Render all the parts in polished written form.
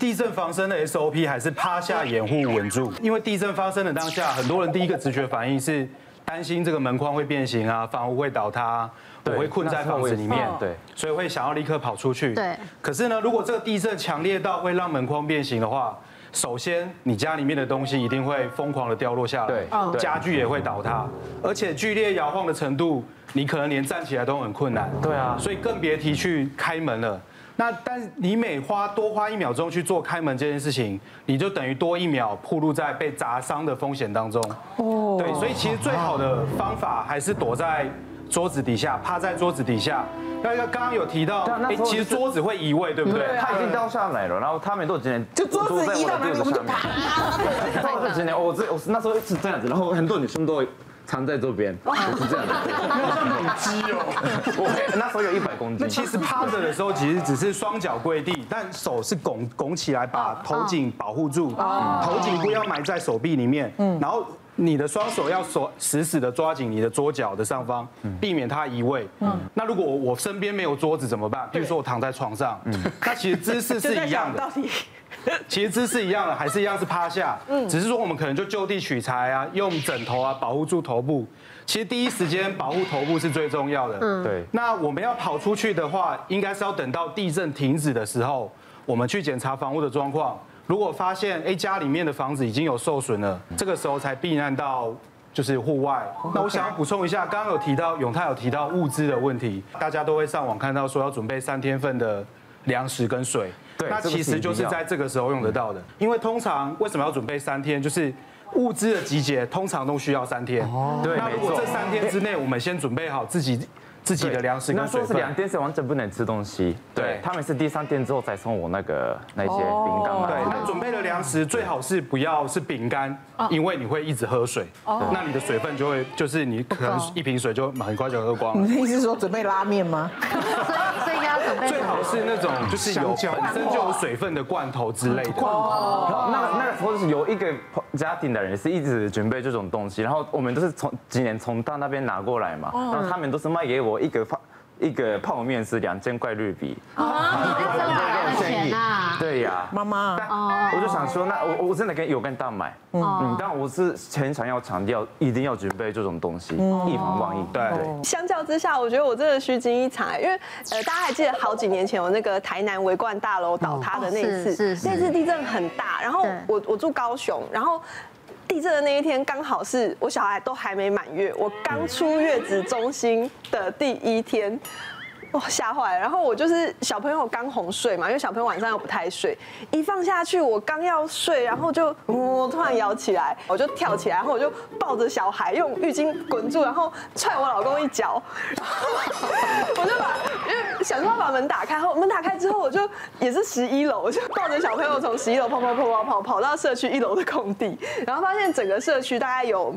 地震防身的 SOP 还是趴下掩护稳住，因为地震发生的当下，很多人第一个直觉反应是担心这个门框会变形啊，房屋会倒塌，我会困在房子里面，对，所以会想要立刻跑出去。对。可是呢，如果这个地震强烈到会让门框变形的话，首先你家里面的东西一定会疯狂的掉落下来，对，家具也会倒塌，而且剧烈摇晃的程度，你可能连站起来都很困难。对啊，所以更别提去开门了。但你每多花1秒钟去做开门这件事情，你就等于多1秒暴露在被砸伤的风险当中。哦，对，所以其实最好的方法还是躲在桌子底下，趴在桌子底下。刚刚有提到，其实桌子会移位，对不对？ 它已经掉下来了，然后他们都今天就桌子移到哪里我们就爬。 我今天我那时候是这样子，然后很多女生都藏在这边，我是这样的， 像母鸡哦。 我那时候有100公斤。 那其实趴着的时候，其实只是双脚跪地，但手是拱起来，把头颈保护住，头颈部要埋在手臂里面，然后你的双手要死死的抓紧你的左脚的上方，避免它移位。那如果我身边没有桌子怎么办？比如说我躺在床上，那其实姿势是一样的。其实姿势一样的，还是一样是趴下，只是说我们可能就地取材啊，用枕头啊保护住头部。其实第一时间保护头部是最重要的。对。那我们要跑出去的话，应该是要等到地震停止的时候，我们去检查房屋的状况。如果发现家里面的房子已经有受损了，这个时候才避难到就是户外。那我想要补充一下，刚刚有提到永泰有提到物资的问题，大家都会上网看到说要准备3天份的粮食跟水。对，那其实就是在这个时候用得到的，因为通常为什么要准备3天？就是物资的集结通常都需要3天。哦，对，那如果这3天之内，我们先准备好自己的粮食跟水分。 那时候是2天是完全不能吃东西。对，他们是第3天之后才送我那些饼干嘛。 对，那准备的粮食最好是不要是饼干，因为你会一直喝水，那你的水分就是你可能1瓶水就很快就喝光了。 你的意思是说准备拉面吗？ 所以要准备最好是那种就是有本身就有水分的罐头之类的。 那个时候是有一个家庭的人是一直准备这种东西，然后我们都是今年从他那边拿过来嘛，然后他们都是卖给我一个泡面是2000块日币。 啊，你在挣大家的钱呐？ 对呀， 妈妈。 我就想说，那我真的跟大买，但我是很想要强调，一定要准备这种东西，以防万一。对。 相较之下，我觉得我真的虚惊一场，因为大家还记得好几年前有那个台南维冠大楼倒塌的那一次，那次地震很大，然后我住高雄，然后。地震的那一天刚好是我小孩都还没满月，我刚出月子中心的第1天，哇吓坏了。然后我就是小朋友刚哄睡嘛，因为小朋友晚上又不太睡，一放下去我刚要睡，然后就突然摇起来，我就跳起来，然后我就抱着小孩用浴巾滚住，然后踹我老公一脚，我就因为想说要把门打开，门打开之后我就也是11楼，我就抱着小朋友从11楼跑到社区1楼的空地，然后发现整个社区大概有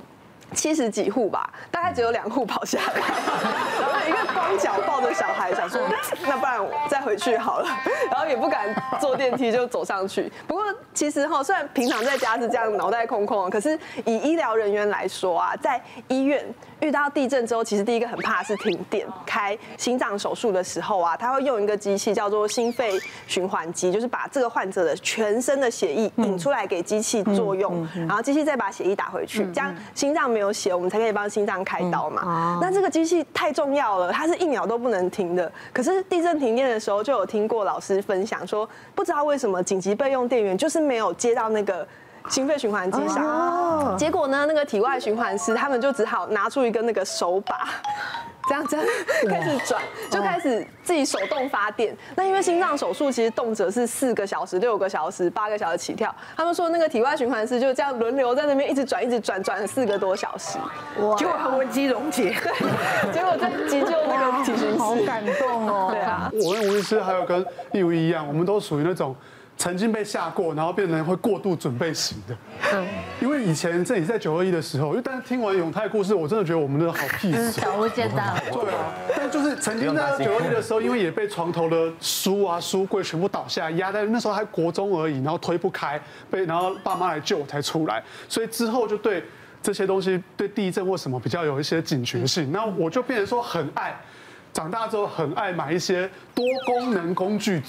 70几户吧，大概只有2户跑下来，然后一个光脚抱着小孩，想说那不然我再回去好了，然后也不敢坐电梯就走上去。不过其实虽然平常在家是这样脑袋空空，可是以医疗人员来说啊，在医院遇到地震之后，其实第一个很怕是停电。开心脏手术的时候啊，他会用一个机器叫做心肺循环机，就是把这个患者的全身的血液引出来给机器作用，然后机器再把血液打回去，这样心脏没有血，我们才可以帮心脏开刀嘛。那这个机器太重要了，它是1秒都不能停的。可是地震停电的时候，就有听过老师分享说，不知道为什么紧急备用电源就是没有接到那个心肺循环机上，结果呢，那个体外循环师他们就只好拿出一个那个手把，这样开始转，就开始自己手动发电。那因为心脏手术其实动辄是4个小时、6个小时、8个小时起跳，他们说那个体外循环师就这样轮流在那边一直转了4个多小时， 结果很文姬溶解， 对，结果在急救那个体巡室， 好感动哦。 对啊， 我跟吴医师还有跟义务一样，我们都属于那种。曾经被吓过，然后变成会过度准备型的。因为以前这里在921的时候，但是听完永泰故事，我真的觉得我们的好屁事。 小巫见大巫。 对啊，但就是曾经在921的时候，因为也被床头的书啊、书柜全部倒下来，压在那时候还国中而已，然后推不开，然后爸妈来救才出来，所以之后就对这些东西，对地震或什么比较有一些警觉性。那我就变成说很爱。长大之后很爱买一些多功能工具组，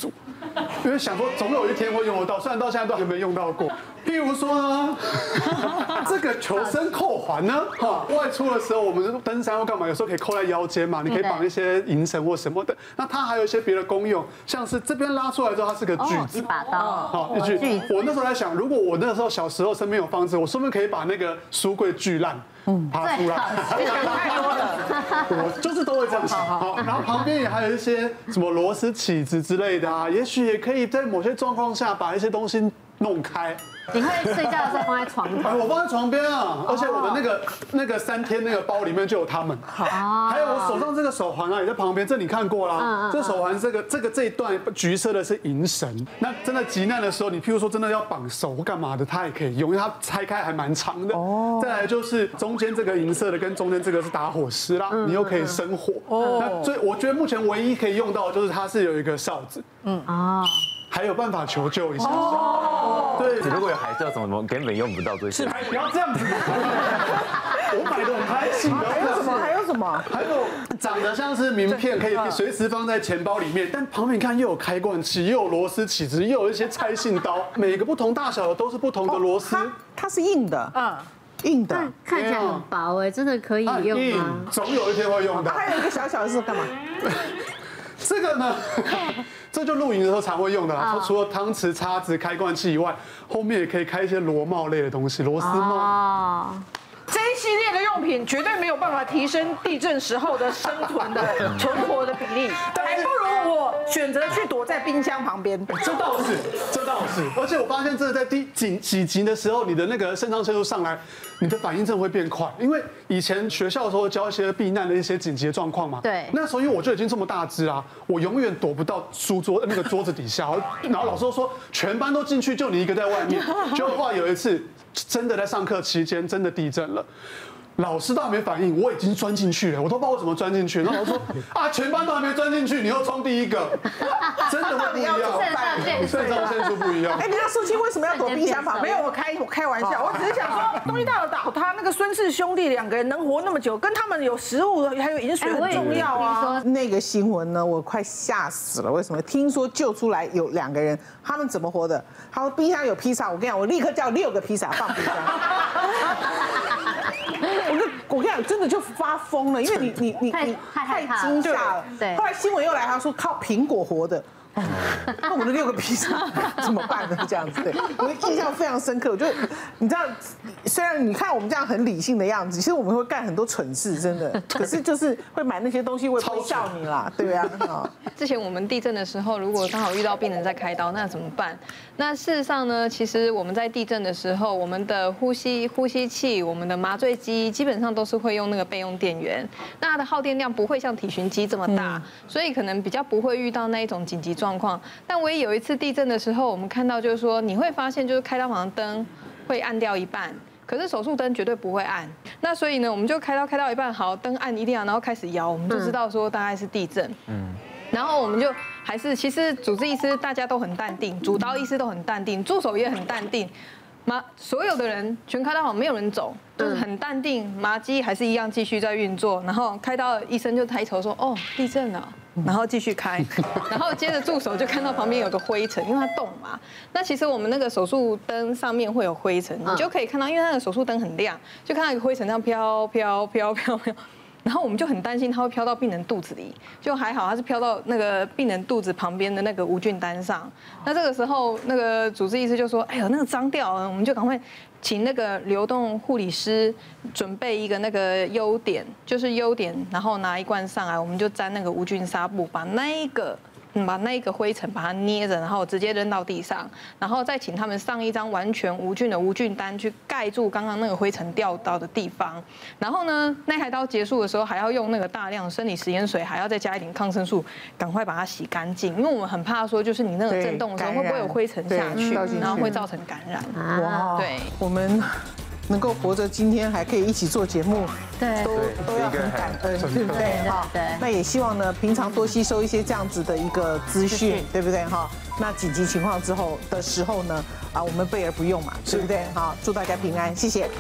因为想说总有一天会用得到，虽然到现在都还没用到过。譬如说呢，这个求生扣环呢，外出的时候我们登山或干嘛，有时候可以扣在腰间嘛，你可以绑一些银绳或什么的。那它还有一些别的功用，像是这边拉出来之后，它是个锯子， 一把刀， 一锯。我那时候在想，如果我那时候小时候身边有房子，我说不定可以把那个书柜锯烂。爬出来，我就是都会这样想。好，然后旁边也还有一些什么螺丝起子之类的啊，也许也可以在某些状况下把一些东西弄开。 你会睡觉的时候放在床边？ 我放在床边啊，而且我的那个3天那个包里面就有它们。还有我手上这个手环啊，也在旁边，这你看过啦。这手环这一段橘色的是银绳，那真的急难的时候，你譬如说真的要绑手或干嘛的，它也可以用，因为它拆开还蛮长的。再来就是中间这个银色的跟中间这个是打火石啦，你又可以生火。那所以我觉得目前唯一可以用到的就是它是有一个哨子。还有办法求救一下。对， 如果有海啸什么，根本用不到这些。 不要这样子。我买的很开心。 还有什么？ 还有长得像是名片，可以随时放在钱包里面，但旁边你看又有开罐器，又有螺丝起子，又有一些拆信刀，每个不同大小的都是不同的螺丝。 它是硬的，硬的， 看起来很薄哎，真的可以用吗？ 总有一天会用到。 还有一个小小的是干嘛？ 这个呢，这就露营的时候常会用的啦。除了汤匙、叉子、开罐器以外，后面也可以开一些螺帽类的东西，螺丝帽。 这一系列的用品绝对没有办法提升地震时候的生存的存活的比例，还不如我选择去躲在冰箱旁边。 这倒是。而且我发现，真的在几级的时候，你的那个肾上腺素上来，你的反应真的会变快。因为以前学校的时候教一些避难的一些紧急的状况嘛， 对。 那时候因为我就已经这么大只啊，我永远躲不到那个桌子底下，然后老师都说全班都进去，就你一个在外面。结果后来有一次，真的在上课期间真的地震了。老师都还没反应，我已经钻进去了，我都不知道我怎么钻进去。然后老师说全班都还没钻进去，你又冲第一个，真的会不一样。肾上腺素不一样。 你知道素清为什么要躲冰箱旁？没有，我开玩笑，我只是想说，东西大倒塌，那个孙氏兄弟2个人能活那么久，跟他们有食物还有饮水很重要啊。那个新闻呢，我快吓死了。为什么？听说救出来有2个人，他们怎么活的？他说冰箱有披萨，我跟你讲，我立刻叫6个披萨放冰箱。我跟你讲，真的就发疯了，因为你太惊吓了。对。后来新闻又来，他说靠苹果活的。那我的6个披萨怎么办呢？这样子，对我的印象非常深刻。我觉得，你知道，虽然你看我们这样很理性的样子，其实我们会干很多蠢事，真的。可是就是会买那些东西，会笑你啦，对啊。 之前我们地震的时候，如果刚好遇到病人在开刀，那怎么办？那事实上呢，其实我们在地震的时候，我们的呼吸器、我们的麻醉机，基本上都是会用那个备用电源。那它的耗电量不会像体循机这么大，所以可能比较不会遇到那一种紧急状况。但唯一有一次地震的时候，我们看到就是说，你会发现就是开刀房的灯会暗掉一半，可是手术灯绝对不会暗。那所以呢，我们就开刀一半，好，灯暗一定要，然后开始摇，我们就知道说大概是地震。然后我们就还是，其实主治医师大家都很淡定，主刀医师都很淡定，助手也很淡定。所有的人全开刀好，没有人走，都是很淡定，麻机还是一样继续在运作。然后开刀的医生就抬头说：“哦，地震了。”然后继续开，然后接着助手就看到旁边有个灰尘，因为它动嘛。那其实我们那个手术灯上面会有灰尘，你就可以看到，因为那个手术灯很亮，就看到一个灰尘这样飘。然后我们就很担心它会飘到病人肚子里，就还好它是飘到那个病人肚子旁边的那个无菌单上。那这个时候那个主治医师就说：“哎呦，那个脏掉了。”我们就赶快请那个流动护理师准备一个那个优碘，然后拿一罐上来，我们就沾那个无菌纱布，把那一个灰尘把它捏着，然后直接扔到地上，然后再请他们上一张完全无菌的无菌单去盖住刚刚那个灰尘掉到的地方。然后呢，那台刀结束的时候还要用那个大量生理食盐水，还要再加一点抗生素，赶快把它洗干净，因为我们很怕说就是你那个震动的时候会不会有灰尘下去，然后会造成感染。 哇， 对， 我们能够活着今天还可以一起做节目， 对， 都要很感恩，对不对？哈，对。那也希望呢，平常多吸收一些这样子的一个资讯，对不对？哈，那紧急情况的时候呢，我们备而不用嘛，对不对？好，祝大家平安，谢谢。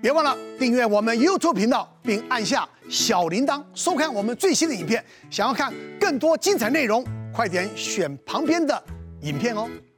别忘了订阅我们 YouTube 频道，并按下小铃铛，收看我们最新的影片。想要看更多精彩内容，快点选旁边的影片哦。